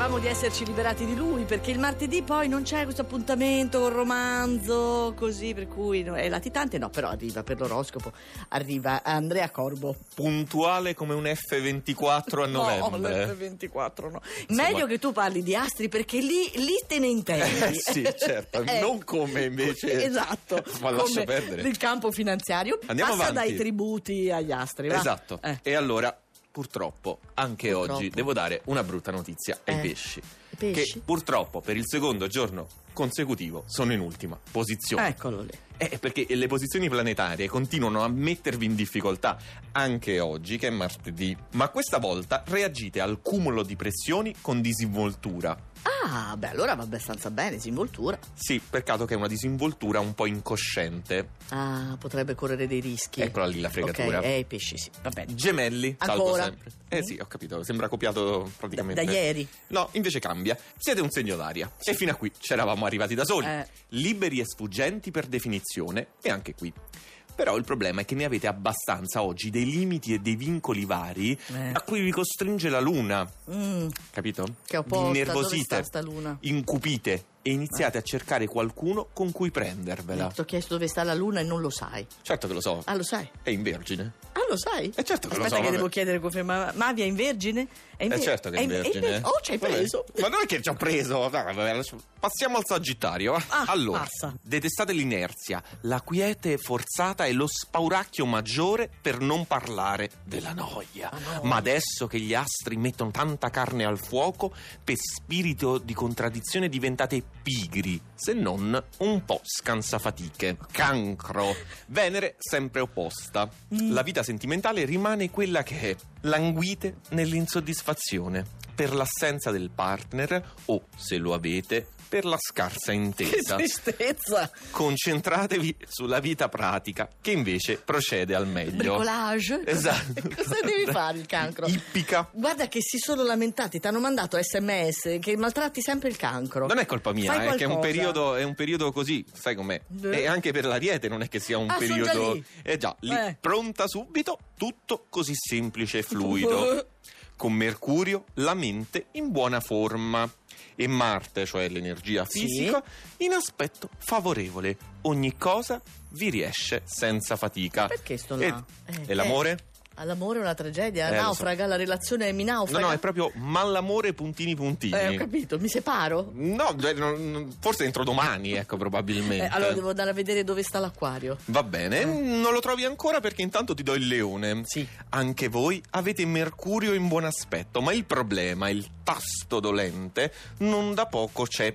Speravamo di esserci liberati di lui, perché il martedì poi non c'è questo appuntamento con romanzo, così, per cui è latitante, no, però arriva per l'oroscopo, arriva Andrea Corbo. Puntuale come un F24 a novembre. No, l'F24 no. Insomma, meglio che tu parli di astri, perché lì te ne intendi. Sì, certo, non come invece. Esatto. Ma lascia perdere. Il campo finanziario. Andiamo Passa avanti. dai tributi agli astri, va? Esatto. E allora, purtroppo, anche oggi devo dare una brutta notizia ai pesci. Che purtroppo per il secondo giorno consecutivo sono in ultima posizione. Eccolo lì. Perché le posizioni planetarie continuano a mettervi in difficoltà anche oggi, che è martedì. Ma questa volta reagite al cumulo di pressioni con disinvoltura. Ah, beh, allora va abbastanza bene, disinvoltura. Sì, peccato che è una disinvoltura un po' incosciente. Ah, potrebbe correre dei rischi. Eccola lì la fregatura. Ok, i pesci, sì, va bene. Gemelli, salvo ancora? sempre. Sì, ho capito, sembra copiato praticamente. Da ieri? No, invece cambia. Siete un segno d'aria. Sì. E fino a qui c'eravamo arrivati da soli. Liberi e sfuggenti per definizione, e anche qui. Però il problema è che ne avete abbastanza oggi dei limiti e dei vincoli vari a cui vi costringe la luna. Capito? Che opposta, vi innervosite, dove sta luna? incupite e iniziate a cercare qualcuno con cui prendervela. Ti ho chiesto dove sta la luna e non lo sai. Certo che lo so. Ah, lo sai? È in Vergine. Ah, lo sai? Certo che Aspetta lo so. Che vabbè. devo chiedere conferma. Mavia è in Vergine? Certo che è in Vergine. Oh, ci hai preso. Ma non è che ci ho preso. Passiamo al Sagittario. Allora, passa. Detestate l'inerzia, la quiete forzata e lo spauracchio maggiore, per non parlare della noia. Ma adesso che gli astri mettono tanta carne al fuoco, per spirito di contraddizione diventate pigri, se non un po' scansafatiche. Cancro. Venere sempre opposta. La vita sentimentale rimane quella che è. Languite nell'insoddisfazione per l'assenza del partner o, se lo avete, per la scarsa intesa. Che tristezza! Concentratevi sulla vita pratica, che invece procede al meglio. Bricolage? Esatto. Cosa devi fare, il cancro? Ippica. Guarda che si sono lamentati, ti hanno mandato SMS che maltratti sempre il cancro. Non è colpa mia, Fai è che qualcosa. è un periodo così, sai com'è. E anche per l'Ariete non è che sia un periodo. Sono già lì. Lì, pronta subito, tutto così semplice e fluido. Con Mercurio la mente in buona forma e Marte, cioè l'energia fisica, in aspetto favorevole. Ogni cosa vi riesce senza fatica. Perché sto là? E l'amore? L'amore è una tragedia, naufraga, la relazione mi naufraga. No, è proprio mal'amore puntini. Ho capito, mi separo? No, forse entro domani, ecco, probabilmente. Allora devo andare a vedere dove sta l'acquario. Va bene, non lo trovi ancora perché intanto ti do il leone. Sì. Anche voi avete Mercurio in buon aspetto, ma il problema, il tasto dolente, non da poco c'è.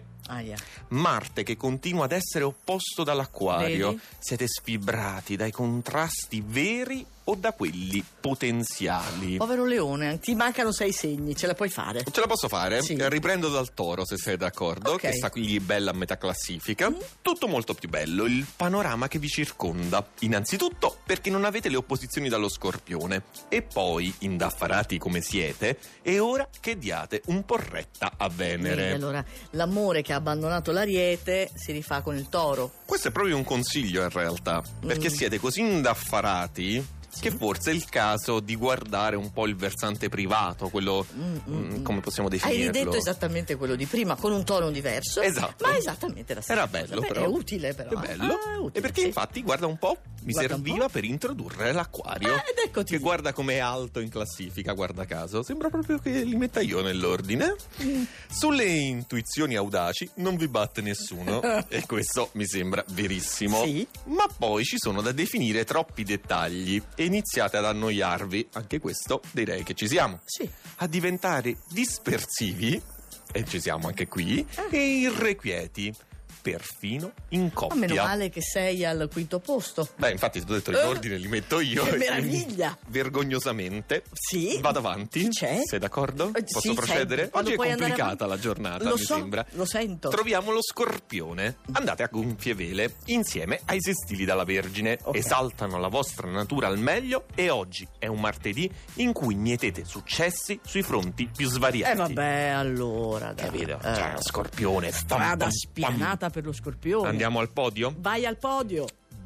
Marte che continua ad essere opposto dall'acquario. Vedi? Siete sfibrati dai contrasti veri o da quelli potenziali. Povero leone, ti mancano 6 segni, ce la puoi fare? Ce la posso fare? Sì. Riprendo dal Toro, se sei d'accordo, che sta qui bella a metà classifica. Tutto molto più bello, il panorama che vi circonda. Innanzitutto perché non avete le opposizioni dallo Scorpione. E poi, indaffarati come siete, è ora che diate un po' retta a Venere. Allora, l'amore che ha abbandonato l'Ariete si rifà con il Toro. Questo è proprio un consiglio in realtà, perché siete così indaffarati che forse è il caso di guardare un po' il versante privato, quello come possiamo definirlo? Hai ridetto esattamente quello di prima, con un tono diverso. Esatto. Ma esattamente la stessa Era cosa. bello, Beh, però. È utile, però. È bello. È utile, e perché sì. infatti, guarda un po', mi Guarda un serviva po'. per introdurre l'acquario. Ed eccoti. Che guarda com'è alto in classifica, guarda caso. Sembra proprio che li metta io nell'ordine. Sulle intuizioni audaci non vi batte nessuno. E questo mi sembra verissimo. Sì. Ma poi ci sono da definire troppi dettagli e iniziate ad annoiarvi. Anche questo direi che ci siamo. Sì. A diventare dispersivi, e ci siamo anche qui, e irrequieti, perfino in coppia. Ma meno male che sei al quinto posto. Beh, infatti ti ho detto in ordine li metto io. Che e meraviglia! quindi, vergognosamente. Sì. Vado avanti. C'è? Sei d'accordo? Posso Sì, procedere? sei. Quando Oggi è puoi andare complicata avanti? la giornata, Lo mi so, sembra. lo sento. Troviamo lo Scorpione. Andate a gonfie vele insieme ai sestili dalla Vergine. Ok. Esaltano la vostra natura al meglio e oggi è un martedì in cui mietete successi sui fronti più svariati. Vabbè, allora dai. Capito? Cioè, Scorpione. Strada spianata per lo Scorpione. Andiamo al podio? Vai al podio.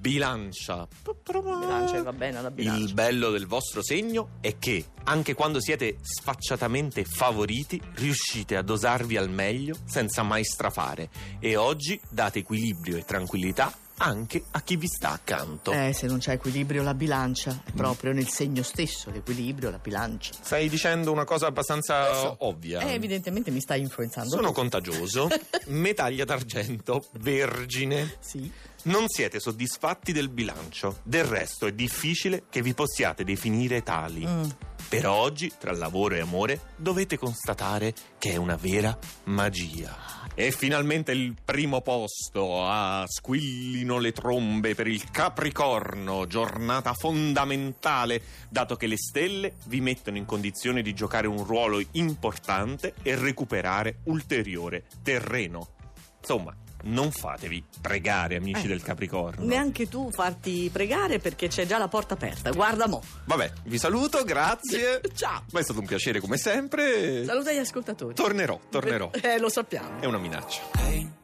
bilancia. Bilancia, va bene la bilancia. Il bello del vostro segno è che, anche quando siete sfacciatamente favoriti, riuscite a dosarvi al meglio senza mai strafare. E oggi date equilibrio e tranquillità anche a chi vi sta accanto. Se non c'è equilibrio la bilancia, è proprio nel segno stesso l'equilibrio, la bilancia. Stai dicendo una cosa abbastanza ovvia. Evidentemente mi stai influenzando. Sono contagioso. Medaglia d'argento, vergine. Sì. Non siete soddisfatti del bilancio. Del resto è difficile che vi possiate definire tali. Per oggi, tra lavoro e amore, dovete constatare che è una vera magia. E finalmente il primo posto. Squillino le trombe per il Capricorno. Giornata fondamentale, dato che le stelle vi mettono in condizione di giocare un ruolo importante e recuperare ulteriore terreno. Insomma, non fatevi pregare, amici del Capricorno. Neanche tu farti pregare, perché c'è già la porta aperta. Guarda mo. Vabbè, vi saluto, grazie. Ciao. Ma è stato un piacere come sempre. Saluta gli ascoltatori. Tornerò. Lo sappiamo. È una minaccia. Hey.